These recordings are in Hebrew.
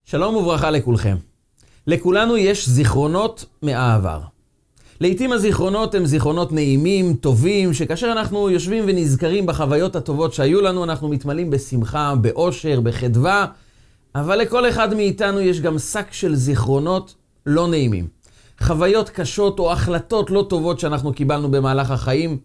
שלום וברכה לכולכם. לכולנו יש זיכרונות מהעבר. לעתים הזיכרונות הם זיכרונות נעימים, טובים, שכאשר אנחנו יושבים ונזכרים בחוויות הטובות שהיו לנו, אנחנו מתמלאים בשמחה, באושר, בחדווה, אבל לכל אחד מאיתנו יש גם שק של זיכרונות לא נעימים. חוויות קשות או החלטות לא טובות שאנחנו קיבלנו במהלך החיים.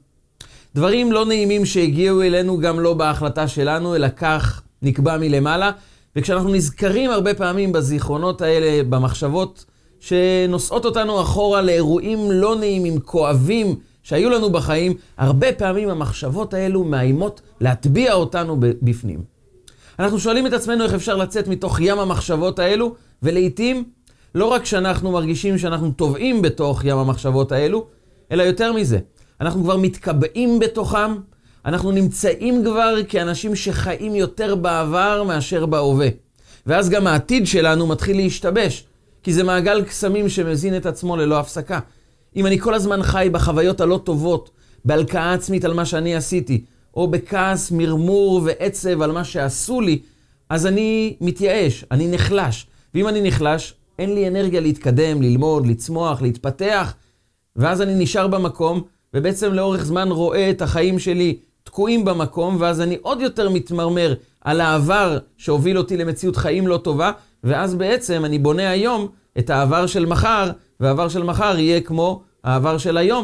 דברים לא נעימים שהגיעו אלינו גם לא בהחלטה שלנו, אלא כך נקבע מלמעלה. וכשאנחנו נזכרים הרבה פעמים בזיכרונות האלה, במחשבות שנושאות אותנו אחורה לאירועים לא נעימים, כואבים שהיו לנו בחיים, הרבה פעמים המחשבות האלו מאיימות להטביע אותנו בפנים. אנחנו שואלים את עצמנו איך אפשר לצאת מתוך ים המחשבות האלו, ולעיתים לא רק שאנחנו מרגישים שאנחנו טובעים בתוך ים המחשבות האלו, אלא יותר מזה, אנחנו כבר מתקבעים בתוכם, אנחנו נמצאים כבר כאנשים שחיים יותר בעבר מאשר בהווה. ואז גם העתיד שלנו מתחיל להשתבש, כי זה מעגל קסמים שמזין את עצמו ללא הפסקה. אם אני כל הזמן חי בחוויות הלא טובות, בהלקאה עצמית על מה שאני עשיתי, או בכעס, מרמור ועצב על מה שעשו לי, אז אני מתייאש, אני נחלש. ואם אני נחלש, אין לי אנרגיה להתקדם, ללמוד, לצמוח, להתפתח, ואז אני נשאר במקום, ובעצם לאורך זמן רואה את החיים שלי תקועים במקום, ואז אני עוד יותר מתמרמר על העבר שהוביל אותי למציאות חיים לא טובה, ואז בעצם אני בונה היום את העבר של מחר, והעבר של מחר יהיה כמו העבר של היום.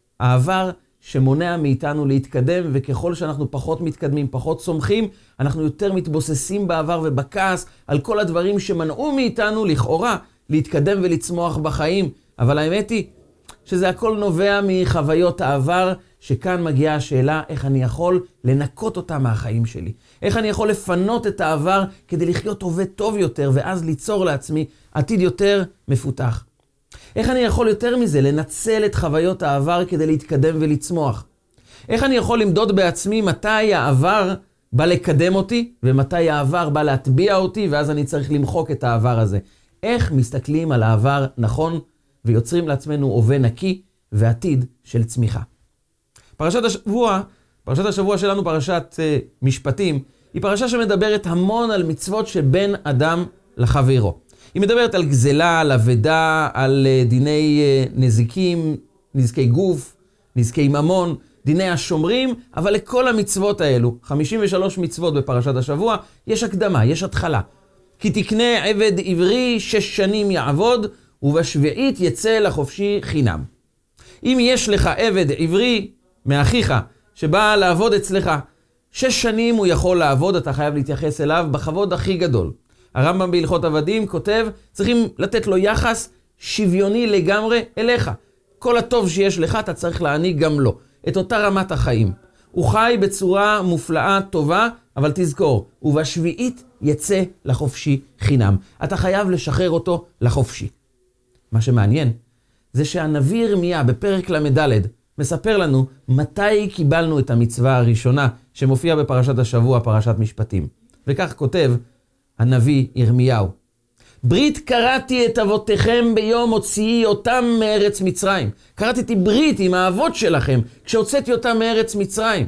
העבר שמונע מאיתנו להתקדם, וככל שאנחנו פחות מתקדמים, פחות צומחים, אנחנו יותר מתבוססים בעבר ובכעס על כל הדברים שמנעו מאיתנו לכאורה להתקדם ולצמוח בחיים. אבל האמת היא שזה הכל נובע מחוויות העבר, שכאן מגיעה השאלה איך אני יכול לנקות אותה מהחיים שלי. איך אני יכול לפנות את העבר כדי לחיות עובד טוב יותר, ואז ליצור לעצמי עתיד יותר מפותח. איך אני יכול יותר מזה לנצל את חוויות העבר כדי להתקדם ולצמוח. איך אני יכול למדוד בעצמי מתי העבר בא לקדם אותי, ומתי העבר בא להטביע אותי, ואז אני צריך למחוק את העבר הזה. איך מסתכלים על העבר נכון, ויוצרים לעצמנו הווה נקי ועתיד של צמיחה. פרשת השבוע שלנו, פרשת משפטים, היא פרשה שמדברת המון על מצוות שבין אדם לחברו. היא מדברת על גזלה, על אבדה, על דיני נזיקים, נזקי גוף, נזקי ממון, דיני השומרים, אבל לכל המצוות האלו, 53 מצוות בפרשת השבוע, יש הקדמה, יש התחלה. כי תקנה עבד עברי 6 שנים יעבוד, ובשביעית יצא לחופשי חינם. אם יש לך עבד עברי מאחיך שבא לעבוד אצלך, 6 שנים הוא יכול לעבוד, אתה חייב להתייחס אליו בכבוד הכי גדול. הרמב"ם בהלכות עבדים כותב, צריכים לתת לו יחס שוויוני לגמרי אליך. כל הטוב שיש לך אתה צריך להעניק גם לו, את אותה רמת החיים. הוא חי בצורה מופלאה טובה, אבל תזכור, ובשביעית יצא לחופשי חינם. אתה חייב לשחרר אותו לחופשי. מה שמעניין זה שהנביא ירמיה בפרק למד' מספר לנו מתי קיבלנו את המצווה הראשונה שמופיעה בפרשת השבוע, פרשת משפטים. וכך כותב הנביא ירמיהו: ברית קראתי את אבותיכם ביום הוציאי אותם מארץ מצרים. קראתי ברית עם האבות שלכם כשהוצאתי אותם מארץ מצרים.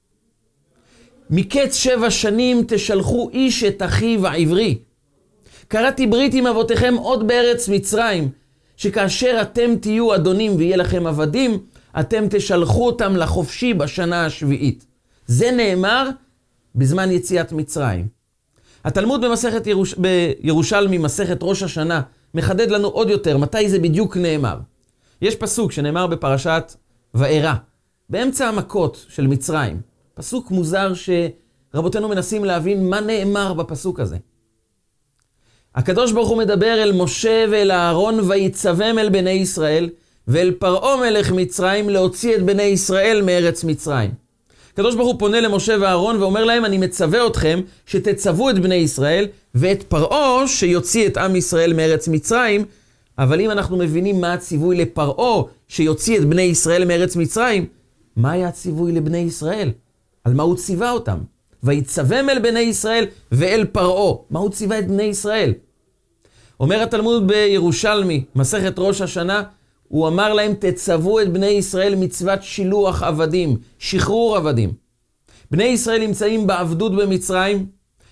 מקץ 7 שנים תשלחו איש את אחיו העברי. קראתי ברית עם אבותיכם עוד בארץ מצרים, שכאשר אתם תהיו אדונים ויהיה לכם עבדים, אתם תשלחו אותם לחופשי בשנה השביעית. זה נאמר בזמן יציאת מצרים. התלמוד בירושלמי, מסכת ראש השנה, מחדד לנו עוד יותר מתי זה בדיוק נאמר. יש פסוק שנאמר בפרשת וארא, באמצע המכות של מצרים. פסוק מוזר שרבותינו מנסים להבין מה נאמר בפסוק הזה. הקדוש ברוך הוא מדבר אל משה ואל אהרון ויצווהם אל בני ישראל, ואל פרעה מלך מצרים להוציא את בני ישראל מארץ מצרים. הקדוש ברוך הוא פונה למשה ואהרון ואומר להם, אני מצווה אתכם שתצוו את בני ישראל ואת פרעה שיוציא את עם ישראל מארץ מצרים. אבל אם אנחנו מבינים מה הציווי לפרעה שיוציא את בני ישראל מארץ מצרים, מה היה הציווי לבני ישראל? על מה הוא ציווה אותם? ויצווהם אל בני ישראל ואל פרעה. מה הוא ציווה את בני ישראל? אומר התלמוד בירושלמי, מסכת ראש השנה, הוא אמר להם, תצוו את בני ישראל מצוות שילוח עבדים, שחרור עבדים. בני ישראל נמצאים בעבדות במצרים,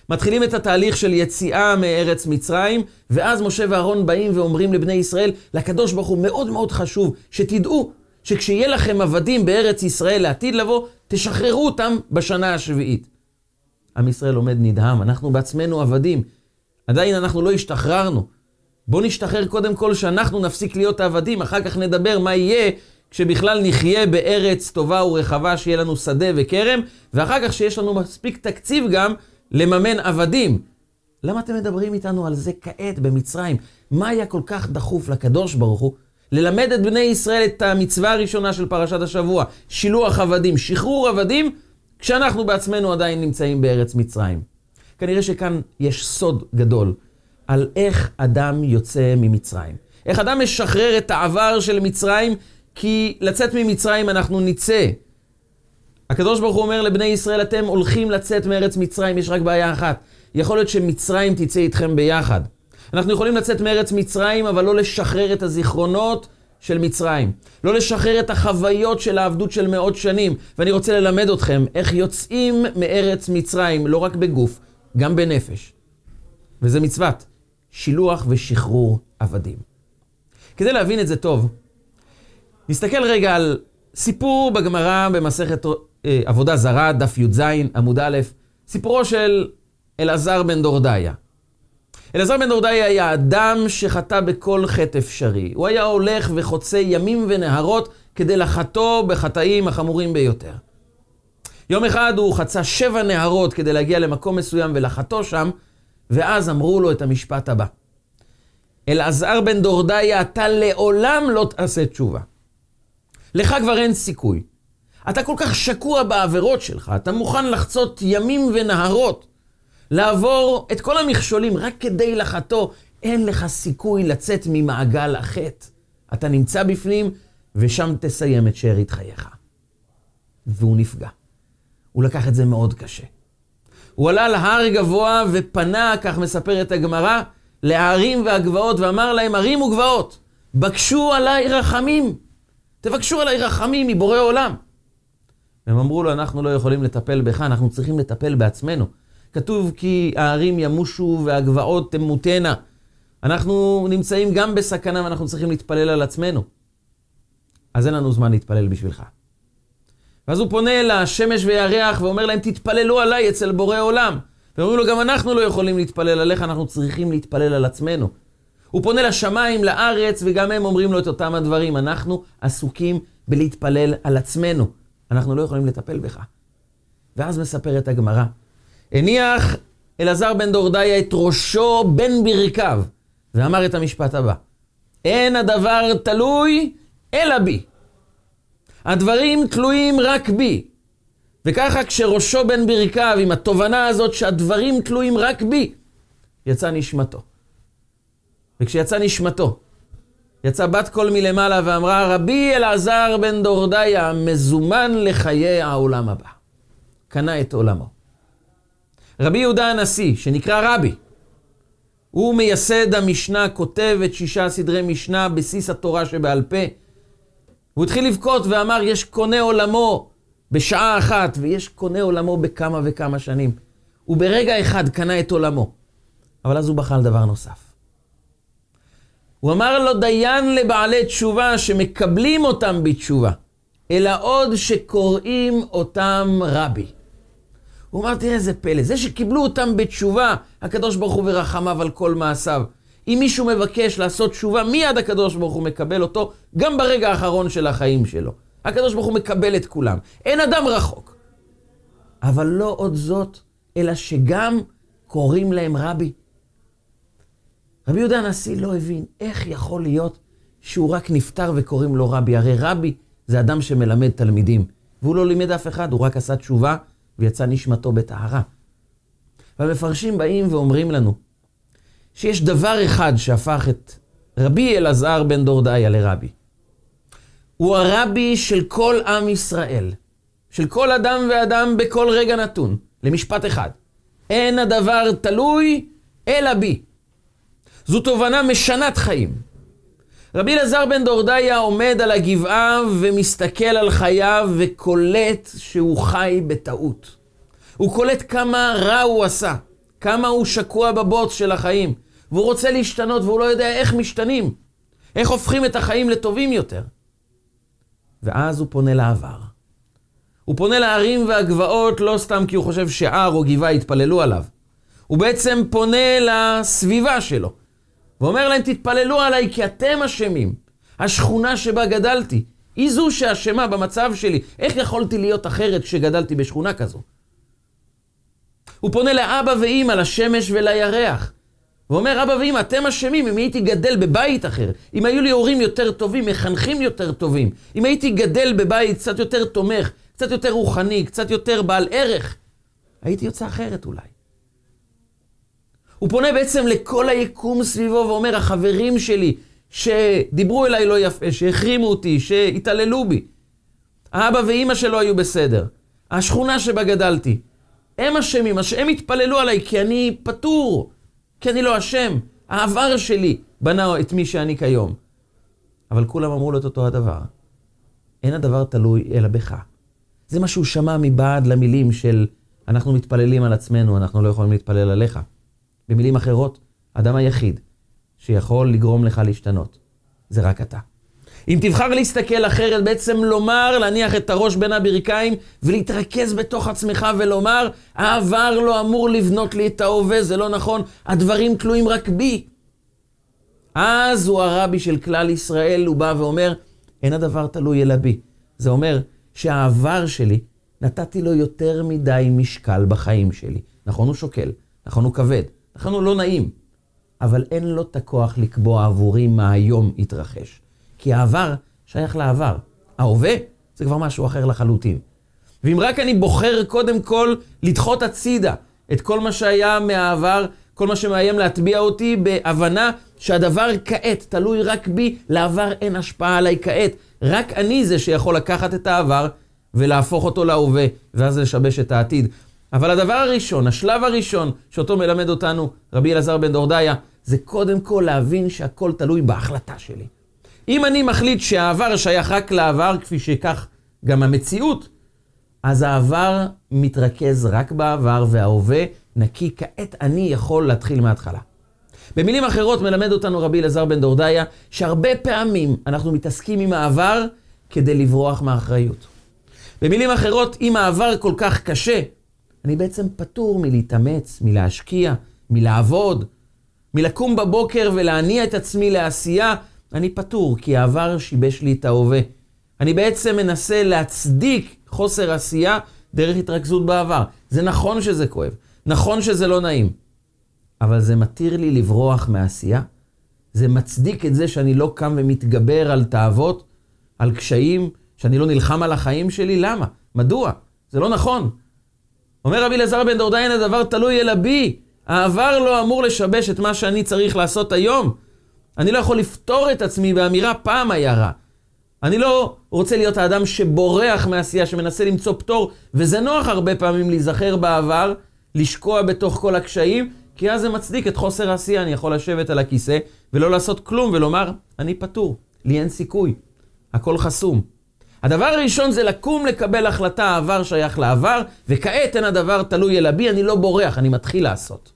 מתחילים את התהליך של יציאה מארץ מצרים, ואז משה ואהרון באים ואומרים לבני ישראל, לקדוש ברוך הוא מאוד מאוד חשוב, שתדעו שכשיהיה לכם עבדים בארץ ישראל לעתיד לבוא, תשחררו אותם בשנה השביעית. עם ישראל עומד נדהם, אנחנו בעצמנו עבדים, עדיין אנחנו לא השתחררנו. בוא נשתחרר קודם כל שאנחנו נפסיק להיות עבדים, אחר כך נדבר מה יהיה כשבכלל נחיה בארץ טובה ורחבה, שיהיה לנו שדה וכרם, ואחר כך שיש לנו מספיק תקציב גם לממן עבדים. למה אתם מדברים איתנו על זה כעת במצרים? מה היה כל כך דחוף לקדוש ברוך הוא? ללמד את בני ישראל את המצווה הראשונה של פרשת השבוע, שילוח עבדים, שחרור עבדים, כשאנחנו בעצמנו עדיין נמצאים בארץ מצרים. כנראה שכאן יש סוד גדול על איך אדם יוצא ממצרים. איך אדם משחרר את העבר של מצרים, כי לצאת ממצרים אנחנו נצא. הקדוש ברוך הוא אומר לבני ישראל, אתם הולכים לצאת מארץ מצרים, יש רק בעיה אחת. יכול להיות שמצרים תצא איתכם ביחד. אנחנו יכולים לצאת מארץ מצרים, אבל לא לשחרר את הזיכרונות של מצרים. לא לשחרר את החוויות של העבדות של מאות שנים. ואני רוצה ללמד אתכם איך יוצאים מארץ מצרים, לא רק בגוף, גם בנפש. וזה מצוות שילוח ושחרור עבדים. כדי להבין את זה טוב, נסתכל רגע על סיפור בגמרא במסכת עבודה זרה, דף י"ז, עמוד א', סיפורו של אלעזר בן דורדיה. אלעזר בן דורדיה היה אדם שחטא בכל חטא אפשרי. הוא היה הולך וחוצה ימים ונהרות כדי לחטוא בחטאים החמורים ביותר. יום אחד הוא חצה 7 נהרות כדי להגיע למקום מסוים ולחטוא שם, ואז אמרו לו את המשפט הבא. אלעזר בן דורדיה, אתה לעולם לא תעשה תשובה. לך כבר אין סיכוי. אתה כל כך שקוע בעבירות שלך, אתה מוכן לחצות ימים ונהרות, לעבור את כל המכשולים רק כדי לחטוא, אין לך סיכוי לצאת ממעגל החטא. אתה נמצא בפנים ושם תסיים את שארית חייך. והוא נפגע. הוא לקח את זה מאוד קשה. הוא עלה להר גבוה ופנה, כך מספרת הגמרא, להרים והגבעות ואמר להם, הרים וגבעות, בקשו עליי רחמים. תבקשו עליי רחמים מבורא עולם. הם אמרו לו, אנחנו לא יכולים לטפל בך, אנחנו צריכים לטפל בעצמנו. כתוב כי הערים ימושו והגבעות תמותנה. אנחנו נמצאים גם בסכנה ואנחנו צריכים להתפלל על עצמנו. אז אין לנו זמן להתפלל בשבילך. ואז הוא פונה לשמש וירח ואומר להם, תתפללו עליי אצל בורא עולם. ואומרים לו, גם אנחנו לא יכולים להתפלל עליך, אנחנו צריכים להתפלל על עצמנו. הוא פונה לשמיים, לארץ, וגם הם אומרים לו את אותם הדברים. אנחנו עסוקים בלהתפלל על עצמנו. אנחנו לא יכולים לטפל בך. ואז מספרת הגמרא, הניח אלעזר בן דורדיה את ראשו בין ברכיו, ואמר את המשפט הבא, אין הדבר תלוי אלא בי. הדברים תלויים רק בי. וככה כשראשו בין ברכיו, עם התובנה הזאת שהדברים תלויים רק בי, יצא נשמתו. וכשיצא נשמתו, יצא בת קול מלמעלה ואמרה, רבי אלעזר בן דורדיה מזומן לחיי העולם הבא. קנה את עולמו. רבי יהודה הנשיא, שנקרא רבי, הוא מייסד המשנה, כותב את 6 סדרי משנה, בסיס התורה שבעל פה. הוא התחיל לבכות ואמר, יש קונה עולמו בשעה אחת, ויש קונה עולמו בכמה וכמה שנים. הוא ברגע אחד קנה את עולמו. אבל אז הוא בחל דבר נוסף. הוא אמר לו, דיין לבעלי תשובה שמקבלים אותם בתשובה, אלא עוד שקוראים אותם רבי. הוא אמר, תראה איזה פלא, זה שקיבלו אותם בתשובה, הקדוש ברוך הוא ורחמיו על כל מעשיו. אם מישהו מבקש לעשות תשובה, מיד הקדוש ברוך הוא מקבל אותו, גם ברגע האחרון של החיים שלו. הקדוש ברוך הוא מקבל את כולם. אין אדם רחוק. אבל לא עוד זאת, אלא שגם קוראים להם רבי. רבי יהודה הנשיא לא הבין איך יכול להיות שהוא רק נפטר וקוראים לו רבי. הרי רבי זה אדם שמלמד תלמידים, והוא לא לימד אף אחד, הוא רק עשה תשובה ויצא נשמתו בטהרה. והמפרשים באים ואומרים לנו שיש דבר אחד שהפך את רבי אלעזר בן דורדיה לרבי. הוא הרבי של כל עם ישראל, של כל אדם ואדם בכל רגע נתון, למשפט אחד. אין הדבר תלוי אלא בי. זו תובנה משנת חיים. רבי אלעזר בן דורדיה עומד על הגבעה ומסתכל על חייו וקולט שהוא חי בטעות. הוא קולט כמה רע הוא עשה, כמה הוא שקוע בבוץ של החיים, והוא רוצה להשתנות והוא לא יודע איך משתנים, איך הופכים את החיים לטובים יותר. ואז הוא פונה לעבר. הוא פונה להרים והגבעות לא סתם כי הוא חושב שער או גבעה יתפללו עליו. הוא בעצם פונה לסביבה שלו, ואומר להם תתפללו עליי כי אתם אשמים. השכונה שבה גדלתי, היא זו שאשמה במצב שלי. איך יכולתי להיות אחרת כשגדלתי בשכונה כזו? הוא פונה לאבא ואמא, לשמש ולירח. ואומר, אבא ואמא, אתם אשמים. אם הייתי גדל בבית אחר, אם היו לי הורים יותר טובים, מחנכים יותר טובים, אם הייתי גדל בבית קצת יותר תומך, קצת יותר רוחני, קצת יותר בעל ערך, הייתי יוצא אחרת אולי. הוא פונה בעצם לכל היקום סביבו ואומר, החברים שלי שדיברו אליי לא יפה, שהחרימו אותי, שהתעללו בי, האבא ואמא שלו היו בסדר, השכונה שבה גדלתי, הם אשמים, הם התפללו עליי כי אני פטור, כי אני לא אשם. העבר שלי בנה את מי שאני כיום. אבל כולם אמרו לו את אותו הדבר. אין הדבר תלוי אלא בך. זה מה שהוא שמע מבעד למילים של אנחנו מתפללים על עצמנו, אנחנו לא יכולים להתפלל עליך. במילים אחרות, האדם היחיד שיכול לגרום לך להשתנות, זה רק אתה. אם תבחר להסתכל אחרת, בעצם לומר, להניח את הראש בין הברכיים ולהתרכז בתוך עצמך ולומר, העבר לא אמור לבנות לי את ההווה, זה לא נכון, הדברים תלויים רק בי. אז הוא הרבי של כלל ישראל, הוא בא ואומר, אין הדבר תלוי אלא בי. זה אומר שהעבר שלי, נתתי לו יותר מדי משקל בחיים שלי. נכון הוא שוקל, נכון הוא כבד, נכון הוא לא נעים, אבל אין לו את הכוח לקבוע עבורי מה היום יתרחש. כי העבר שייך לעבר. ההווה זה כבר משהו אחר לחלוטין. ואם רק אני בוחר קודם כל לדחות הצידה את כל מה שהיה מהעבר, כל מה שמאיים להטביע אותי בהבנה שהדבר כעת תלוי רק בי, לעבר אין השפעה עליי כעת. רק אני זה שיכול לקחת את העבר ולהפוך אותו להווה, ואז לשבש את העתיד. אבל הדבר הראשון, השלב הראשון שאותו מלמד אותנו רבי אלעזר בן דורדיה, זה קודם כל להבין שהכל תלוי בהחלטה שלי. אם אני מחליט שהעבר שייך רק לעבר, כפי שכך גם המציאות, אז העבר מתרכז רק בעבר, וההווה נקי. כעת אני יכול להתחיל מההתחלה. במילים אחרות מלמד אותנו רבי אלעזר בן דורדיה, שהרבה פעמים אנחנו מתעסקים עם העבר כדי לברוח מאחריות. במילים אחרות, אם העבר כל כך קשה, אני בעצם פטור מלהתאמץ, מלהשקיע, מלעבוד, מלקום בבוקר ולהניע את עצמי לעשייה. אני פטור, כי העבר שיבש לי את ההווה. אני בעצם מנסה להצדיק חוסר עשייה דרך התרכזות בעבר. זה נכון שזה כואב, נכון שזה לא נעים, אבל זה מתיר לי לברוח מהעשייה. זה מצדיק את זה שאני לא קם ומתגבר על תאוות, על קשיים, שאני לא נלחם על החיים שלי. למה? מדוע? זה לא נכון. אומר רבי אלעזר בן דורדיה, אין הדבר תלוי אלא בי. העבר לא אמור לשבש את מה שאני צריך לעשות היום. אני לא יכול לפתור את עצמי באמירה פעם היה רע. אני לא רוצה להיות האדם שבורח מעשייה, שמנסה למצוא פתור, וזה נוח הרבה פעמים להיזכר בעבר, לשקוע בתוך כל הקשיים, כי אז זה מצדיק את חוסר העשייה. אני יכול לשבת על הכיסא ולא לעשות כלום ולומר, אני פטור, לי אין סיכוי, הכל חסום. הדבר הראשון זה לקום לקבל החלטה, העבר שייך לעבר, וכעת אין הדבר תלוי אלא בי, אני לא בורח, אני מתחיל לעשות.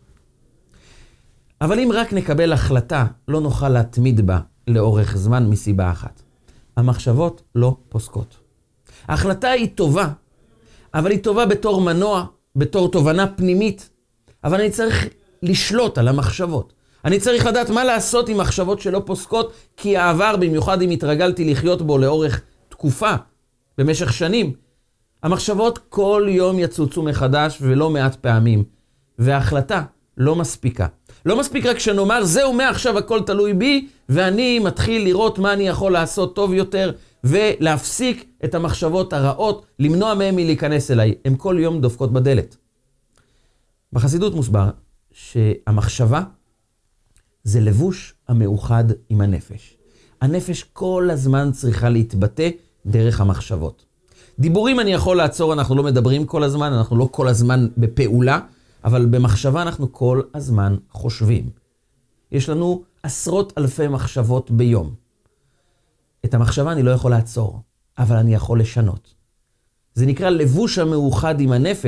אבל אם רק נקבל החלטה, לא נוכל להתמיד בה לאורך זמן מסיבה אחת. המחשבות לא פוסקות. ההחלטה היא טובה, אבל היא טובה בתור מנוע, בתור תובנה פנימית, אבל אני צריך לשלוט על המחשבות. אני צריך לדעת מה לעשות עם מחשבות שלא פוסקות, כי העבר, במיוחד אם התרגלתי לחיות בו לאורך תקופה, במשך שנים, המחשבות כל יום יצוצו מחדש ולא מעט פעמים, וההחלטה לא מספיקה. לא מספיק רק שנאמר, זהו מעכשיו הכל תלוי בי, ואני מתחיל לראות מה אני יכול לעשות טוב יותר, ולהפסיק את המחשבות הרעות, למנוע מהם מלהיכנס אליי. הם כל יום דופקות בדלת. בחסידות מוסבר שהמחשבה זה לבוש המאוחד עם הנפש. הנפש כל הזמן צריכה להתבטא דרך המחשבות. דיבורים אני יכול לעצור, אנחנו לא מדברים כל הזמן, אנחנו לא כל הזמן בפעולה, אבל במחשבה אנחנו כל הזמן חושבים. יש לנו עשרות אלפי מחשבות ביום. את המחשבה אני לא יכול לעצור, אבל אני יכול לשנות. זה נקרא לבוש המאוחד עם הנפש,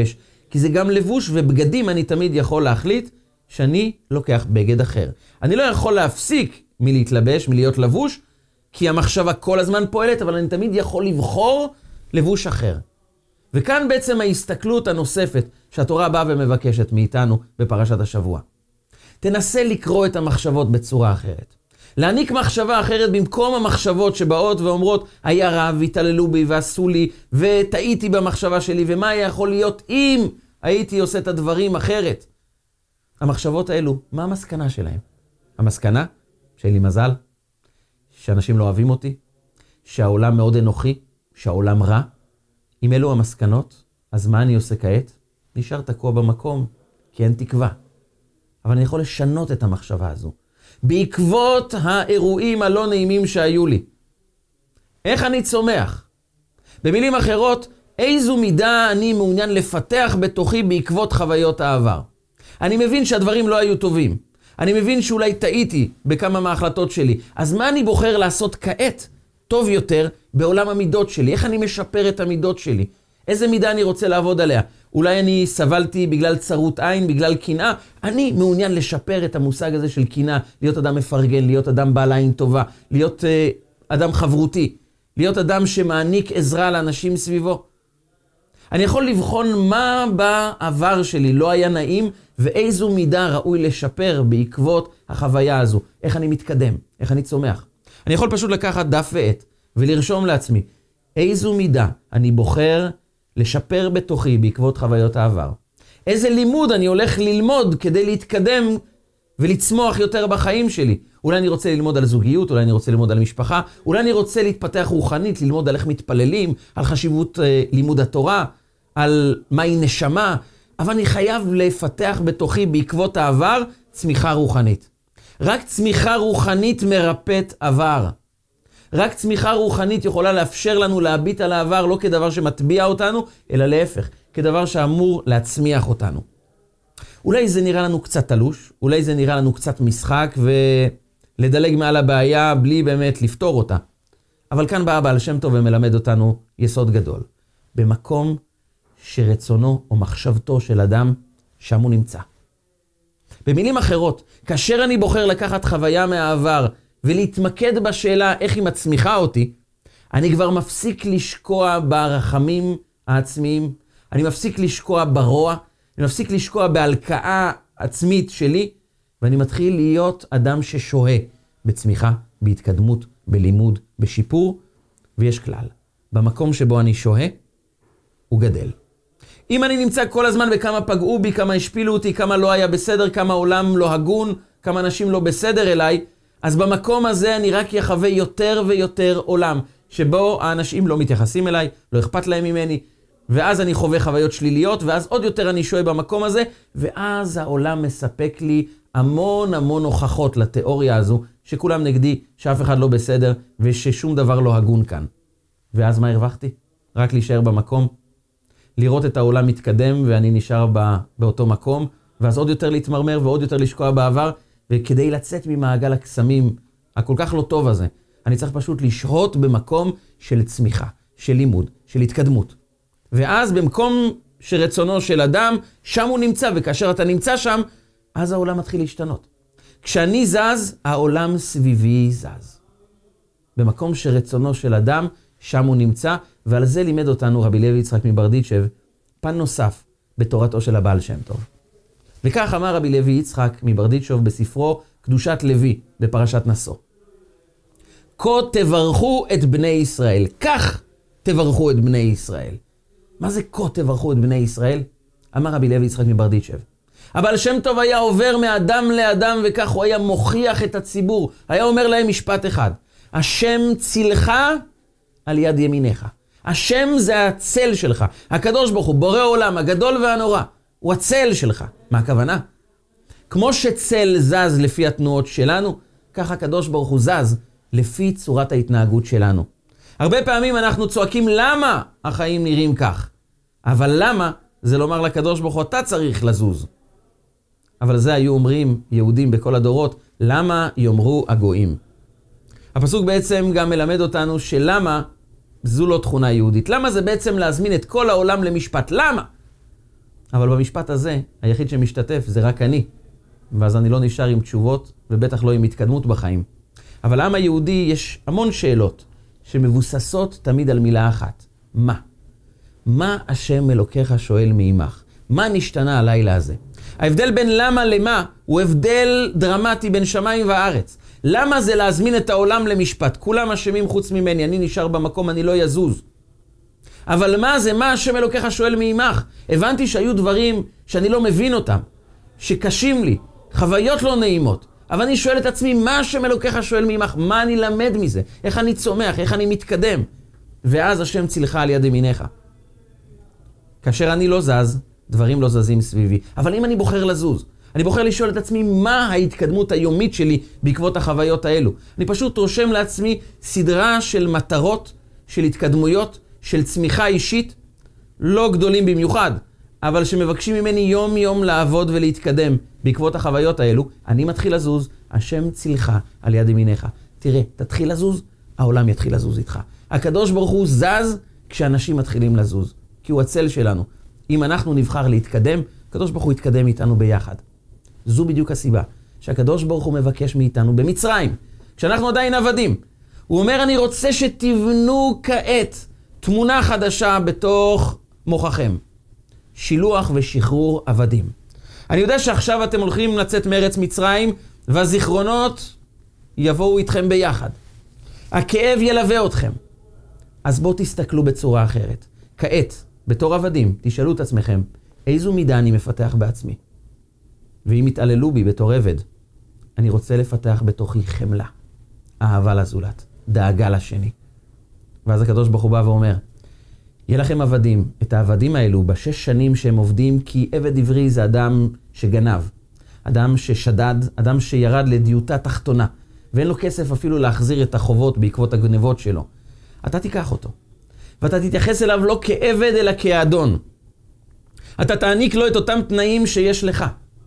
כי זה גם לבוש ובגדים. אני תמיד יכול להחליט שאני לוקח בגד אחר. אני לא יכול להפסיק מלהתלבש, מלהיות לבוש, כי המחשבה כל הזמן פועלת, אבל אני תמיד יכול לבחור לבוש אחר. וכאן בעצם ההסתכלות הנוספת שהתורה באה ומבקשת מאיתנו בפרשת השבוע. תנסה לקרוא את המחשבות בצורה אחרת. להעניק מחשבה אחרת במקום המחשבות שבאות ואומרות, היה רע והתעללו בי ועשו לי וטעיתי במחשבה שלי, ומה היה יכול להיות אם הייתי עושה את הדברים אחרת. המחשבות האלו, מה המסקנה שלהם? המסקנה שאין לי מזל, שאנשים לא אוהבים אותי, שהעולם מאוד אנוכי, שהעולם רע. אם אלו המסקנות, אז מה אני עושה כעת? נשאר תקוע במקום, כי אין תקווה. אבל אני יכול לשנות את המחשבה הזו. בעקבות האירועים הלא נעימים שהיו לי. איך אני צומח? במילים אחרות, איזו מידה אני מעוניין לפתח בתוכי בעקבות חוויות העבר. אני מבין שהדברים לא היו טובים. אני מבין שאולי טעיתי בכמה מההחלטות שלי. אז מה אני בוחר לעשות כעת טוב יותר בעולם המידות שלי? איך אני משפר את המידות שלי? איזה מידה אני רוצה לעבוד עליה? אולי אני סבלתי בגלל צרות עין, בגלל קנאה. אני מעוניין לשפר את המושג הזה של קנאה, להיות אדם מפרגן, להיות אדם בעל עין טובה, להיות אדם חברותי, להיות אדם שמעניק עזרה לאנשים סביבו. אני יכול לבחון מה בעבר שלי לא היה נעים, ואיזו מידה ראוי לשפר בעקבות החוויה הזו. איך אני מתקדם, איך אני צומח. אני יכול פשוט לקחת דף ועט ולרשום לעצמי איזו מידה אני בוחר לשפר בתוכי בעקבות חוויות העבר. איזה לימוד אני הולך ללמוד כדי להתקדם ולצמוח יותר בחיים שלי. אולי אני רוצה ללמוד על זוגיות, אולי אני רוצה ללמוד על משפחה, אולי אני רוצה להתפתח רוחנית, ללמוד על איך מתפללים, על חשיבות לימוד התורה, על מהי נשמה, אבל אני חייב לפתח בתוכי בעקבות העבר צמיחה רוחנית. רק צמיחה רוחנית מרפאת עבר. רק צמיחה רוחנית יכולה לאפשר לנו להביט על העבר לא כדבר שמטביע אותנו, אלא להפך, כדבר שאמור להצמיח אותנו. אולי זה נראה לנו קצת תלוש, אולי זה נראה לנו קצת משחק ולדלג מעל הבעיה בלי באמת לפתור אותה. אבל כאן בא הבעל שם טוב ומלמד אותנו יסוד גדול. במקום שרצונו או מחשבתו של אדם, שם הוא נמצא. במילים אחרות, כאשר אני בוחר לקחת חוויה מהעבר ולהתמקד בשאלה איך היא מצמיחה אותי, אני כבר מפסיק לשקוע ברחמים העצמיים, אני מפסיק לשקוע ברוע, אני מפסיק לשקוע בהלקאה עצמית שלי, ואני מתחיל להיות אדם ששוהה בצמיחה, בהתקדמות, בלימוד, בשיפור, ויש כלל. במקום שבו אני שוהה, הוא גדל. אם אני נמצא כל הזמן בכמה פגעו בי, כמה השפילו אותי, כמה לא היה בסדר, כמה עולם לא הגון, כמה אנשים לא בסדר אליי, אז במקום הזה אני רק יחווה יותר ויותר עולם, שבו האנשים לא מתייחסים אליי, לא אכפת להם ממני, ואז אני חווה חוויות שליליות, ואז עוד יותר אני שוהה במקום הזה, ואז העולם מספק לי המון המון הוכחות לתיאוריה הזו, שכולם נגדי, שאף אחד לא בסדר, וששום דבר לא הגון כאן. ואז מה הרווחתי? רק להישאר במקום, לראות את העולם מתקדם, ואני נשאר באותו מקום, ואז עוד יותר להתמרמר ועוד יותר לשקוע בעבר, וכדי לצאת ממעגל הקסמים הכל כך לא טוב הזה, אני צריך פשוט לשהות במקום של צמיחה, של לימוד, של התקדמות. ואז במקום שרצונו של אדם, שם הוא נמצא, וכאשר אתה נמצא שם, אז העולם מתחיל להשתנות. כשאני זז, העולם סביבי זז. במקום שרצונו של אדם, שם הוא נמצא, ועל זה לימד אותנו רבי לוי יצחק מברדיצ'ב, פן נוסף בתורתו של הבעל שם טוב. וכך אמר רבי לוי יצחק מברדיצ'ב בספרו קדושת לוי בפרשת נשוא. כה תברכו את בני ישראל, כך תברכו את בני ישראל. מה זה כה תברכו את בני ישראל? אמר רבי לוי יצחק מברדיצ'ב. הבעל שם טוב היה עובר מאדם לאדם, וכך הוא היה מוכיח את הציבור. היה אומר להם משפט אחד, השם צילך על יד ימיניך. השם זה הצל שלך. הקדוש ברוך הוא, בורא עולם, הגדול והנורא, הוא הצל שלך. מה הכוונה? כמו שצל זז לפי התנועות שלנו, כך הקדוש ברוך הוא זז לפי צורת ההתנהגות שלנו. הרבה פעמים אנחנו צועקים למה החיים נראים כך. אבל למה זה לומר לקדוש ברוך הוא, אתה צריך לזוז. אבל זה היו אומרים יהודים בכל הדורות, למה יאמרו הגויים. הפסוק בעצם גם מלמד אותנו שלמה זו לא תכונה יהודית. למה זה בעצם להזמין את כל העולם למשפט? למה? אבל במשפט הזה, היחיד שמשתתף זה רק אני. ואז אני לא נשאר עם תשובות, ובטח לא עם התקדמות בחיים. אבל לעם היהודי יש המון שאלות, שמבוססות תמיד על מילה אחת. מה? מה השם אלוקיך שואל מעמך? מה נשתנה הלילה הזה? ההבדל בין למה למה הוא הבדל דרמטי בין שמיים וארץ. למה זה להזמין את העולם למשפט? כולם אשמים חוץ ממני, אני נשאר במקום, אני לא יזוז. אבל מה זה? מה השם אלוקיך שואל מעמך? הבנתי שהיו דברים שאני לא מבין אותם, שקשים לי, חוויות לא נעימות. אבל אני שואל את עצמי, מה השם אלוקיך שואל מעמך? מה אני למד מזה? איך אני צומח? איך אני מתקדם? ואז השם צילך על יד ימינך. כאשר אני לא זז, דברים לא זזים סביבי. אבל אם אני בוחר לזוז, אני בוחר לשאול את עצמי מה ההתקדמות היומית שלי בעקבות החוויות האלו. אני פשוט רושם לעצמי סדרה של מטרות, של התקדמויות, של צמיחה אישית, לא גדולים במיוחד, אבל שמבקשים ממני יום יום לעבוד ולהתקדם בעקבות החוויות האלו. אני מתחיל לזוז, השם צילך על יד ימינך. תראה, תתחיל לזוז, העולם יתחיל לזוז איתך. הקדוש ברוך הוא זז כשאנשים מתחילים לזוז, כי הוא הצל שלנו. אם אנחנו נבחר להתקדם, הקדוש ברוך הוא יתקדם איתנו ביחד. זו בדיוק הסיבה שהקדוש ברוך הוא מבקש מאיתנו במצרים, כשאנחנו עדיין עבדים. הוא אומר, אני רוצה שתבנו כעת תמונה חדשה בתוך מוחכם. שילוח ושחרור עבדים. אני יודע שעכשיו אתם הולכים לצאת מארץ מצרים, והזיכרונות יבואו איתכם ביחד. הכאב ילווה אתכם. אז בואו תסתכלו בצורה אחרת. כעת, בתור עבדים, תשאלו את עצמכם, איזו מידה אני מפתח בעצמי? ואם יתעללו בי בתור עבד, אני רוצה לפתח בתוכי חמלה, אהבה לזולת, דאגה לשני. ואז הקדוש ברוך הוא בא ואומר, יהיה לכם עבדים, את העבדים האלו בשש שנים שהם עובדים, כי עבד עברי זה אדם שגנב, אדם ששדד, אדם שירד לדיוטה תחתונה, ואין לו כסף אפילו להחזיר את החובות בעקבות הגנבות שלו. אתה תיקח אותו, ואתה תתייחס אליו לא כעבד אלא כאדון. אתה תעניק לו את אותם תנאים שיש לך.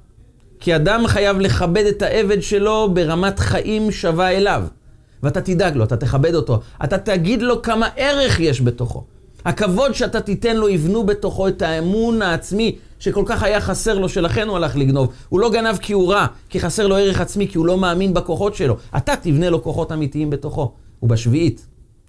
כי אדם חייב לכבד את העבד שלו ברמת חיים שווה אליו. ואתה תדאג לו, אתה תכבד אותו, אתה תגיד לו כמה ערך יש בתוכו. הכבוד שאתה תיתן לו יבנו בתוכו את האמון העצמי שכל כך היה חסר לו, שלכן הוא הלך לגנוב. הוא לא גנב כי הוא רע, כי חסר לו ערך עצמי, כי הוא לא מאמין בכוחות שלו. אתה תבנה לו כוחות אמיתיים בתוכו. ובשביעית,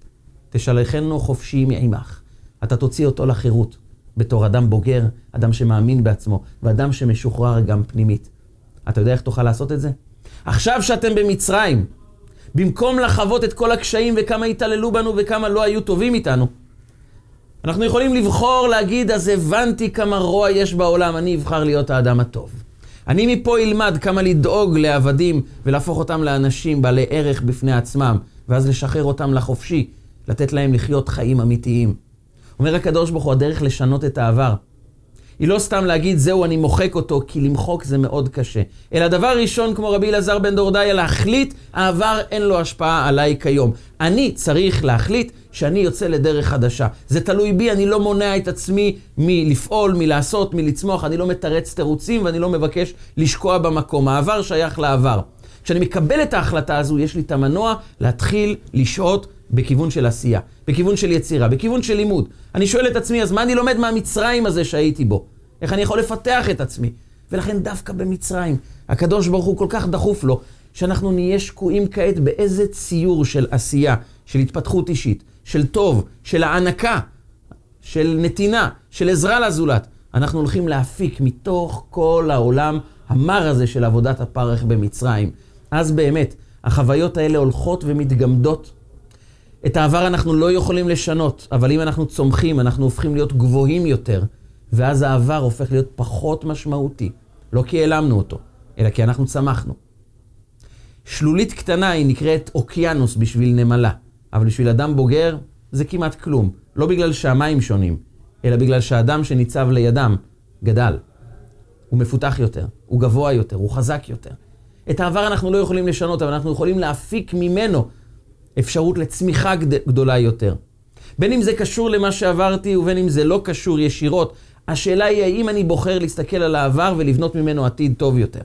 תשלחנו חופשי מעמך. אתה תוציא אותו לחירות, בתור אדם בוגר, אדם שמאמין בעצמו, ואדם שמשוחרר גם פנימית. אתה יודע איך תוכל לעשות את זה? עכשיו שאתם במצרים, במקום לחוות את כל הקשיים וכמה התעללו בנו וכמה לא היו טובים איתנו, אנחנו יכולים לבחור להגיד, אז הבנתי כמה רוע יש בעולם, אני אבחר להיות האדם הטוב. אני מפה אלמד כמה לדאוג לעבדים ולהפוך אותם לאנשים בעלי ערך בפני עצמם, ואז לשחרר אותם לחופשי, לתת להם לחיות חיים אמיתיים. אומר הקדוש ברוך הוא, הדרך לשנות את העבר היא לא סתם להגיד, זהו, אני מוחק אותו, כי למחוק זה מאוד קשה. אלא דבר ראשון, כמו רבי אלעזר בן דורדיה, להחליט, העבר אין לו השפעה עליי כיום. אני צריך להחליט שאני יוצא לדרך חדשה. זה תלוי בי, אני לא מונע את עצמי מלפעול, מלעשות, מלצמוח, אני לא מתרץ תירוצים ואני לא מבקש לשקוע במקום. העבר שייך לעבר. כשאני מקבל את ההחלטה הזו, יש לי את המנוע להתחיל לשהות בכיוון של עשייה, בכיוון של יצירה, בכיוון של לימוד. אני שואל את עצמי, אז מה אני לומד מהמצרים הזה שהייתי בו? איך אני יכול לפתח את עצמי? ולכן דווקא במצרים, הקדוש ברוך הוא כל כך דחוף לו, שאנחנו נהיה שקועים כעת באיזה ציור של עשייה, של התפתחות אישית, של טוב, של הענקה, של נתינה, של עזרה לזולת. אנחנו הולכים להפיק מתוך כל העולם המר הזה של עבודת הפרך במצרים. אז באמת, החוויות האלה הולכות ומתגמדות. את העבר אנחנו לא יכולים לשנות, אבל אם אנחנו צומחים, אנחנו הופכים להיות גבוהים יותר, ואז העבר הופך להיות פחות משמעותי. לא כי העלמנו אותו, אלא כי אנחנו צמחנו. שלולית קטנה היא נקראת אוקיינוס בשביל נמלה, אבל בשביל אדם בוגר זה כמעט כלום. לא בגלל שהמים שונים, אלא בגלל שהאדם שניצב לידם גדל. הוא מפותח יותר, הוא גבוה יותר, הוא חזק יותר. את העבר אנחנו לא יכולים לשנות, אבל אנחנו יכולים להפיק ממנו אפשרות לצמיחה גדולה יותר. בין אם זה קשור למה שעברתי ובין אם זה לא קשור ישירות, השאלה היא האם אני בוחר להסתכל על העבר ולבנות ממנו עתיד טוב יותר.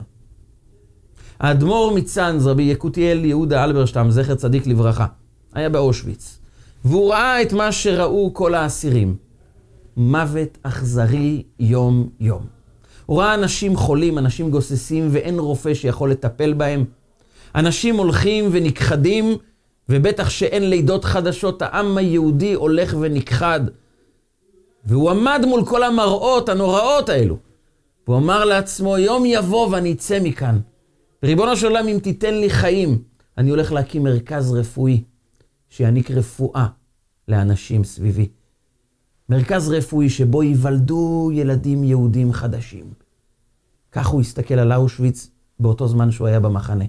האדמו"ר מצאנז, רבי יקותיאל יהודה אלברשטם, זכר צדיק לברכה, היה באושוויץ, והוא ראה את מה שראו כל האסירים. מוות אכזרי יום יום. הוא ראה אנשים חולים, אנשים גוססים, ואין רופא שיכול לטפל בהם. אנשים הולכים ונכחדים, ובטח שאין לידות חדשות, העם היהודי הולך ונכחד. והוא עמד מול כל המראות הנוראות האלו. והוא אמר לעצמו, יום יבוא ואני אצא מכאן. ריבונו של עולם, אם תיתן לי חיים, אני הולך להקים מרכז רפואי, שיעניק רפואה לאנשים סביבי. מרכז רפואי שבו ייוולדו ילדים יהודים חדשים. כך הוא הסתכל על אושוויץ באותו זמן שהוא היה במחנה.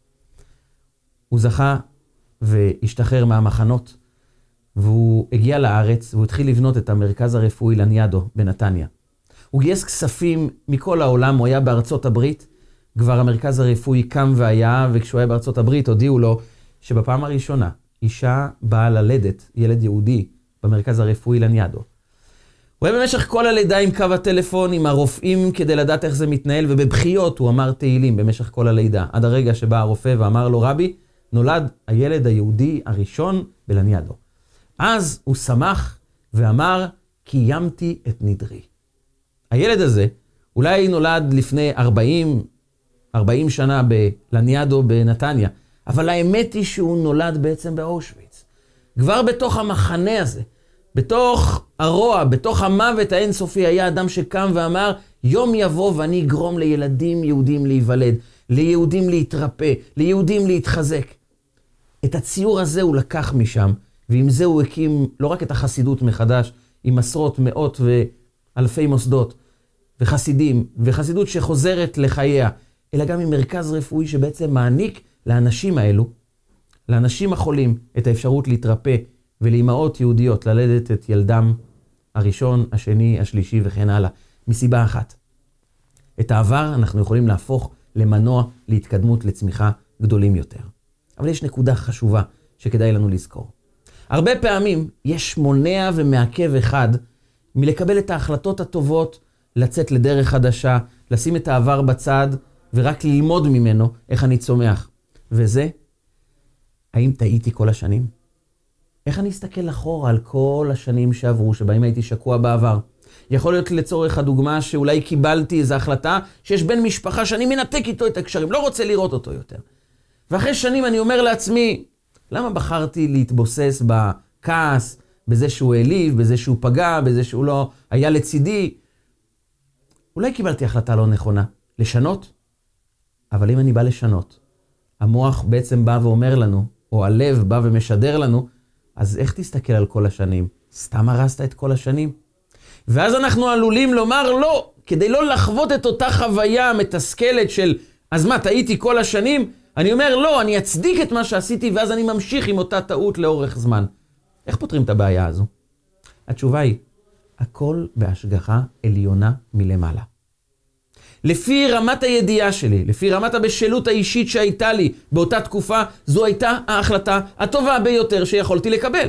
הוא זכה והשתחרר מהמחנות, והוא הגיע לארץ, והוא התחיל לבנות את המרכז הרפואי לניאדו בנתניה. הוא גייס כספים מכל העולם, הוא היה בארצות הברית, כבר המרכז הרפואי קם והיה, וכשהוא היה בארצות הברית הודיעו לו שבפעם הראשונה אישה באה ללדת, ילד יהודי, במרכז הרפואי לניאדו. הוא היה במשך כל הלידה עם קו הטלפון, עם הרופאים כדי לדעת איך זה מתנהל, ובבחיות הוא אמר תהילים במשך כל הלידה, עד הרגע שבא הרופא ואמר לו, רבי, נולד הילד היהודי הראשון בלניאדו. אז הוא שמח ואמר, קיימתי את נדרי. הילד הזה אולי נולד לפני 40 שנה בלניאדו בנתניה, אבל האמת היא שהוא נולד בעצם באושוויץ. כבר בתוך המחנה הזה, בתוך הרוע, בתוך המוות האינסופי, היה אדם שקם ואמר, יום יבוא ואני אגרום לילדים יהודים להיוולד, ליהודים להתרפא, ליהודים להתחזק. את הציור הזה הוא לקח משם, ועם זה הוא הקים לא רק את החסידות מחדש, עם עשרות, מאות ואלפי מוסדות וחסידים, וחסידות שחוזרת לחייה, אלא גם עם מרכז רפואי שבעצם מעניק לאנשים האלו, לאנשים החולים, את האפשרות להתרפא, ולאמהות יהודיות ללדת את ילדם הראשון, השני, השלישי וכן הלאה, מסיבה אחת. את העבר אנחנו יכולים להפוך למנוע להתקדמות, לצמיחה גדולים יותר. אבל יש נקודה חשובה שכדאי לנו לזכור. הרבה פעמים יש מונע ומעכב אחד מלקבל את ההחלטות הטובות, לצאת לדרך חדשה, לשים את העבר בצד ורק ללמוד ממנו איך אני צומח. וזה, האם טעיתי כל השנים? איך אני אסתכל אחורה על כל השנים שעברו, שבהם הייתי שקוע בעבר? יכול להיות לצורך הדוגמה שאולי קיבלתי איזו החלטה שיש בן משפחה שאני מנתק איתו את הקשרים, לא רוצה לראות אותו יותר. ואחרי שנים אני אומר לעצמי, למה בחרתי להתבוסס בכעס, בזה שהוא העליב, בזה שהוא פגע, בזה שהוא לא היה לצידי? אולי קיבלתי החלטה לא נכונה, לשנות? אבל אם אני בא לשנות, המוח בעצם בא ואומר לנו, או הלב בא ומשדר לנו, אז איך תסתכל על כל השנים? סתם הרסת את כל השנים? ואז אנחנו עלולים לומר לא, כדי לא לחוות את אותה חוויה מתסכלת של, אז מה, טעיתי כל השנים? אני אומר לא, אני אצדיק את מה שעשיתי, ואז אני ממשיך עם אותה טעות לאורך זמן. איך פותרים את הבעיה הזו? התשובה היא, הכל בהשגחה עליונה מלמעלה. לפי רמת הידיעה שלי, לפי רמת הבשלות האישית שהייתה לי באותה תקופה, זו הייתה ההחלטה הטובה ביותר שיכולתי לקבל.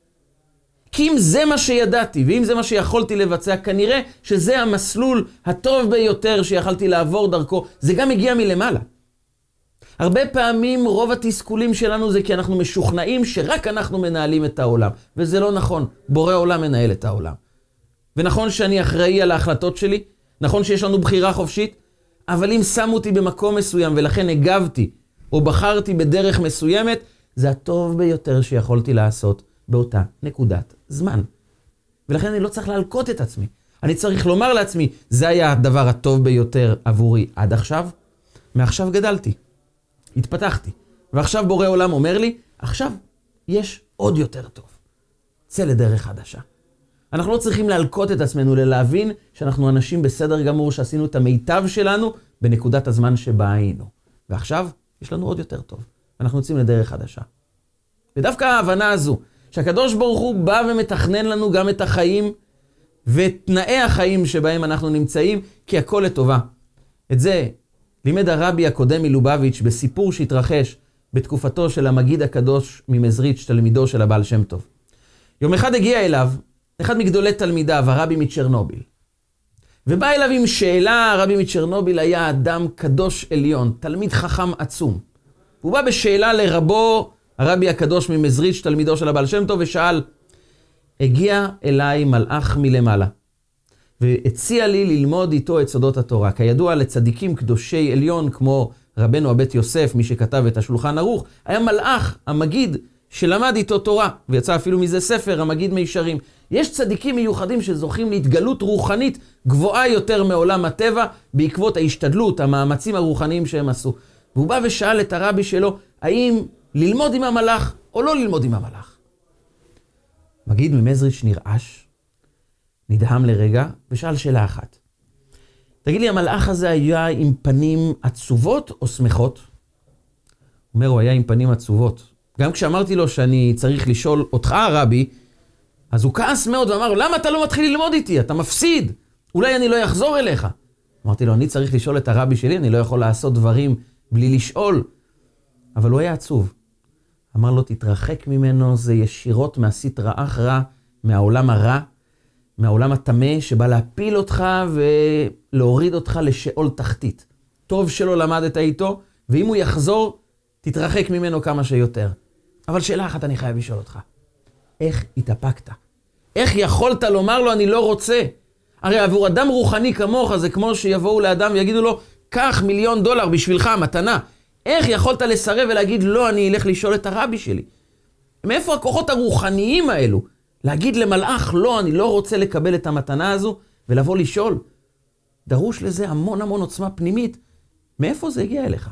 כי אם זה מה שידעתי, ואם זה מה שיכולתי לבצע, כנראה שזה המסלול הטוב ביותר שיכולתי לעבור דרכו, זה גם הגיע מלמעלה. הרבה פעמים רוב התסכולים שלנו זה כי אנחנו משוכנעים שרק אנחנו מנהלים את העולם, וזה לא נכון, בורא עולם מנהל את העולם. ונכון שאני אחראי על ההחלטות שלי, נכון שיש לנו בחירה חופשית, אבל אם שמו אותי במקום מסוים ולכן הגבתי או בחרתי בדרך מסוימת, זה הטוב ביותר שיכולתי לעשות באותה נקודת זמן. ולכן אני לא צריך להלקות את עצמי. אני צריך לומר לעצמי, זה היה הדבר הטוב ביותר עבורי עד עכשיו, מעכשיו גדלתי, התפתחתי, ועכשיו בורא עולם אומר לי, עכשיו יש עוד יותר טוב. צא לדרך חדשה. אנחנו לא צריכים להלקות את עצמנו, להבין שאנחנו אנשים בסדר גמור, שעשינו את המיטב שלנו בנקודת הזמן שבה היינו. ועכשיו יש לנו עוד יותר טוב. אנחנו יוצאים לדרך חדשה. ודווקא ההבנה הזו, שהקדוש ברוך הוא בא ומתכנן לנו גם את החיים, ואת תנאי החיים שבהם אנחנו נמצאים, כי הכל לטובה. את זה לימד הרבי הקודם מלובביץ' בסיפור שהתרחש בתקופתו של המגיד הקדוש ממזריץ', תלמידו של הבעל שם טוב. יום אחד הגיע אליו, אחד מגדולי תלמידיו, הרבי מצ'רנוביל. ובא אליו עם שאלה, הרבי מצ'רנוביל היה אדם קדוש עליון, תלמיד חכם עצום. הוא בא בשאלה לרבו, הרבי הקדוש ממזריץ', תלמידו של הבעל שם טוב, ושאל, הגיע אליי מלאך מלמעלה, והציע לי ללמוד איתו את סודות התורה. כידוע לצדיקים קדושי עליון, כמו רבנו הבית יוסף, מי שכתב את השולחן ערוך, היה מלאך, המגיד, שלמד איתו תורה, ויצא אפילו מזה ספר, המגיד מישרים. יש צדיקים מיוחדים שזוכים להתגלות רוחנית גבוהה יותר מעולם הטבע, בעקבות ההשתדלות, המאמצים הרוחניים שהם עשו. והוא בא ושאל את הרבי שלו, האם ללמוד עם המלאך או לא ללמוד עם המלאך? מגיד ממזריץ' נרעש, נדהם לרגע, ושאל שאלה אחת. תגיד לי, המלאך הזה היה עם פנים עצובות או שמחות? הוא אומר, הוא היה עם פנים עצובות. גם כשאמרתי לו שאני צריך לשאול אותך, הרבי, אז הוא כעס מאוד ואמר לו, למה אתה לא מתחיל ללמוד איתי? אתה מפסיד. אולי אני לא אחזור אליך. אמרתי לו, אני צריך לשאול את הרבי שלי, אני לא יכול לעשות דברים בלי לשאול. אבל הוא היה עצוב. אמר לו, תתרחק ממנו, זה ישירות מהסטרא אחרא, מהעולם הרע, מהעולם הטמא, שבא להפיל אותך ולהוריד אותך לשאול תחתית. טוב שלא למדת איתו, ואם הוא יחזור, תתרחק ממנו כמה שיותר. אבל שאלה אחת אני חייב לשאול אותך. איך התאפקת? איך יכולת לומר לו, אני לא רוצה? הרי עבור אדם רוחני כמוך, זה כמו שיבואו לאדם ויגידו לו, קח $1,000,000 בשבילך, מתנה. איך יכולת לסרב ולהגיד, לא, אני אלך לשאול את הרבי שלי? מאיפה הכוחות הרוחניים האלו? להגיד למלאך, לא, אני לא רוצה לקבל את המתנה הזו, ולבוא לשאול. דרוש לזה המון עוצמה פנימית. מאיפה זה הגיע אליך?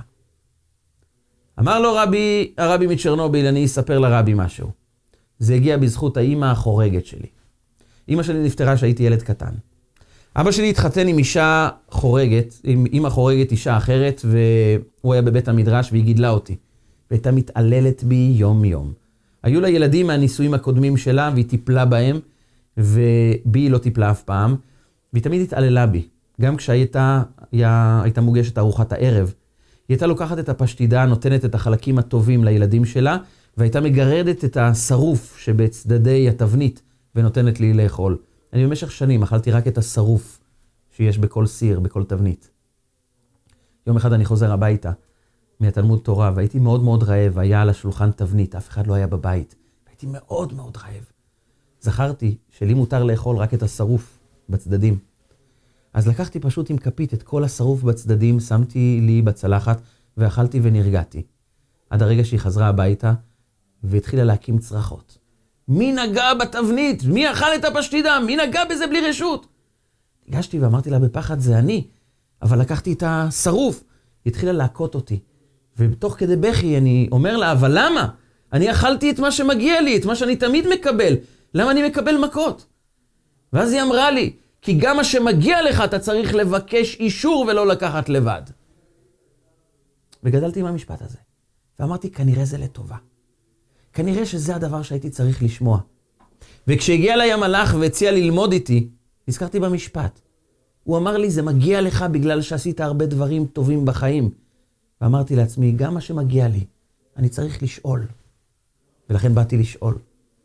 אמר לו הרבי מצ'רנוביל, אני אספר לרבי משהו. זה הגיע בזכות האמא החורגת שלי. אמא שלי נפטרה שהייתי ילד קטן. אבא שלי התחתן עם אישה חורגת, עם אמא חורגת, אישה אחרת, והוא היה בבית המדרש והיא גידלה אותי. והייתה מתעללת בי יום יום. היו לה ילדים מהנישואים הקודמים שלה, והיא טיפלה בהם, ובי לא טיפלה אף פעם, והיא תמיד התעללה בי. גם כשהייתה מוגשת ארוחת הערב, היא הייתה לוקחת את הפשטידה, נותנת את החלקים הטובים לילדים שלה, והייתה מגרדת את השרוף שבצדדי התבנית, ונותנת לי לאכול. אני במשך שנים אכלתי רק את השרוף שיש בכל סיר, בכל תבנית. יום אחד אני חוזר הביתה מהתלמוד תורה, והייתי מאוד רעב, היה על השולחן תבנית, אף אחד לא היה בבית. הייתי מאוד רעב. זכרתי שלי מותר לאכול רק את השרוף בצדדים. אז לקחתי פשוט עם כפית את כל השרוף בצדדים, שמתי לי בצלחת, ואכלתי ונרגעתי. עד הרגע שהיא חזרה הביתה, והתחילה להקים צרחות. מי נגע בתבנית? מי אכל את הפשטידה? מי נגע בזה בלי רשות? הגשתי ואמרתי לה בפחד, זה אני. אבל לקחתי את השרוף. היא התחילה להכות אותי. ובתוך כדי בכי אני אומר לה, אבל למה? אני אכלתי את מה שמגיע לי, את מה שאני תמיד מקבל. למה אני מקבל מכות? ואז היא אמרה לי, כי גם מה שמגיע לך אתה צריך לבקש אישור ולא לקחת לבד. וגדלתי עם המשפט הזה. ואמרתי, כנראה זה לטובה. כנראה שזה הדבר שהייתי צריך לשמוע. וכשהגיע אליי המלאך והציע ללמוד איתי, נזכרתי במשפט. הוא אמר לי, זה מגיע לך בגלל שעשית הרבה דברים טובים בחיים. ואמרתי לעצמי, גם מה שמגיע לי, אני צריך לשאול. ולכן באתי לשאול.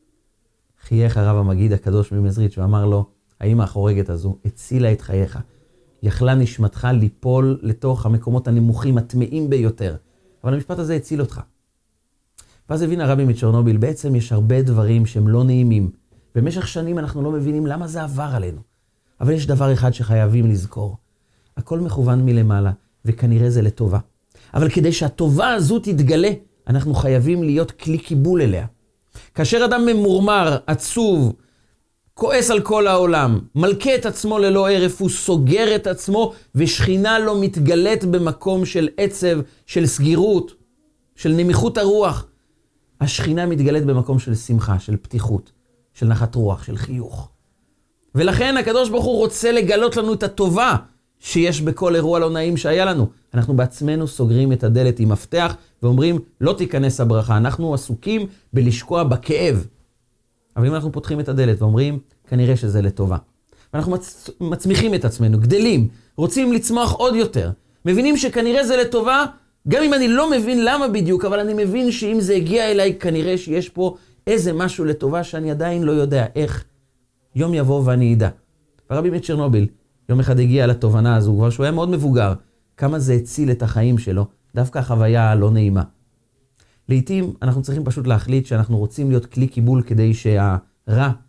חייך הרב המגיד הקדוש ממזריץ' ואמר לו, האמא החורגת הזו הצילה את חייך. יכלה נשמתך ליפול לתוך המקומות הנמוכים, הטמאים ביותר. אבל המשפט הזה הציל אותך. ואז הבין הרבי מצ'רנוביל, בעצם יש הרבה דברים שהם לא נעימים. במשך שנים אנחנו לא מבינים למה זה עבר עלינו. אבל יש דבר אחד שחייבים לזכור. הכל מכוון מלמעלה, וכנראה זה לטובה. אבל כדי שהטובה הזו תתגלה, אנחנו חייבים להיות כלי קיבול אליה. כאשר אדם ממורמר, עצוב, כועס על כל העולם, מלכה את עצמו ללא ערף, הוא סוגר את עצמו, ושכינה לא מתגלית במקום של עצב, של סגירות, של נמיכות הרוח. השכינה מתגלית במקום של שמחה, של פתיחות, של נחת רוח, של חיוך. ולכן הקדוש ברוך הוא רוצה לגלות לנו את הטובה שיש בכל אירוע לא נעים שהיה לנו. אנחנו בעצמנו סוגרים את הדלת עם מפתח ואומרים, לא תיכנס הברכה. אנחנו עסוקים בלשקוע בכאב. אבל אם אנחנו פותחים את הדלת ואומרים, כנראה שזה לטובה. ואנחנו מצמיחים את עצמנו, גדלים, רוצים לצמוח עוד יותר. מבינים שכנראה זה לטובה, גם אם אני לא מבין למה בדיוק, אבל אני מבין שאם זה הגיע אליי, כנראה שיש פה איזה משהו לטובה שאני עדיין לא יודע איך. יום יבוא ואני אדע. הרבי מצ'רנוביל, יום אחד הגיע לתובנה הזו, כבר שהוא היה מאוד מבוגר, כמה זה הציל את החיים שלו, דווקא החוויה הלא נעימה. לעתים אנחנו צריכים פשוט להחליט שאנחנו רוצים להיות כלי קיבול כדי שהרע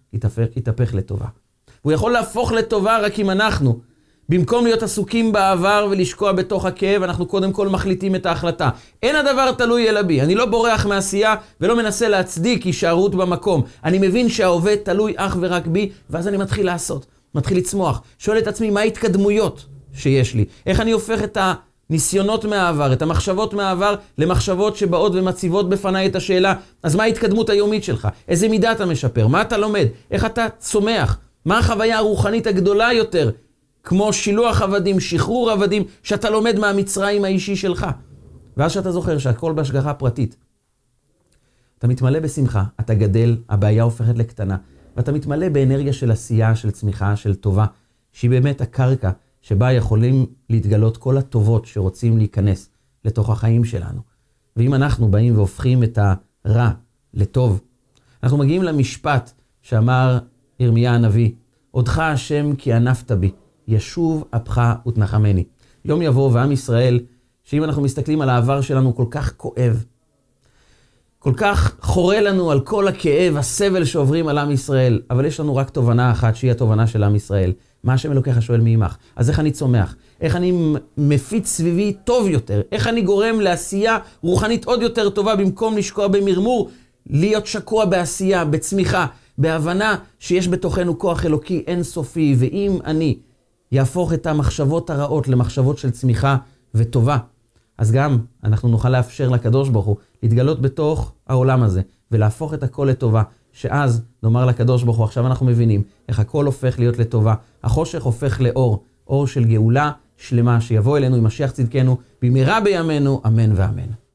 יתהפך לטובה. הוא יכול להפוך לטובה רק אם אנחנו, במקום להיות עסוקים בעבר ולשקוע בתוך הכאב, אנחנו קודם כל מחליטים את ההחלטה. אין הדבר תלוי אלא בי. אני לא בורח מעשייה ולא מנסה להצדיק הישארות במקום. אני מבין שההווה תלוי אך ורק בי, ואז אני מתחיל לעשות, מתחיל לצמוח. שואל את עצמי, מה ההתקדמויות שיש לי? איך אני הופך את הניסיונות מהעבר, את המחשבות מהעבר, למחשבות שבאות ומציבות בפניי את השאלה, אז מה ההתקדמות היומית שלך? איזה מידה אתה משפר? מה אתה לומד? איך אתה צומח? מה החוויה הרוחנית הגדולה יותר? כמו שילוח עבדים, שחרור עבדים, שאתה לומד מהמצרים האישי שלך. ואז שאתה זוכר שהכל בהשגחה פרטית. אתה מתמלא בשמחה, אתה גדל, הבעיה הופכת לקטנה, ואתה מתמלא באנרגיה של עשייה, של צמיחה, של טובה, שהיא באמת הקרקע שבה יכולים להתגלות כל הטובות שרוצים להיכנס לתוך החיים שלנו. ואם אנחנו באים והופכים את הרע לטוב, אנחנו מגיעים למשפט שאמר ירמיה הנביא, עודך השם כי ענפת בי, ישוב אפך ותנחמני. יום יבוא ועם ישראל, שאם אנחנו מסתכלים על העבר שלנו כל כך כואב, כל כך חורה לנו על כל הכאב, הסבל שעוברים על עם ישראל, אבל יש לנו רק תובנה אחת שהיא התובנה של עם ישראל. מה השם אלוקיך שואל מעמך? אז איך אני צומח? איך אני מפיץ סביבי טוב יותר? איך אני גורם לעשייה רוחנית עוד יותר טובה במקום לשקוע במרמור, להיות שקוע בעשייה, בצמיחה, בהבנה שיש בתוכנו כוח אלוקי אינסופי, ואם אני יהפוך את המחשבות הרעות למחשבות של צמיחה וטובה, אז גם אנחנו נוכל לאפשר לקדוש ברוך הוא להתגלות בתוך העולם הזה, ולהפוך את הכל לטובה, שאז נאמר לקדוש ברוך הוא, עכשיו אנחנו מבינים איך הכל הופך להיות לטובה, החושך הופך לאור, אור של גאולה שלמה שיבוא אלינו עם משיח צדקנו, במהרה בימינו, אמן ואמן.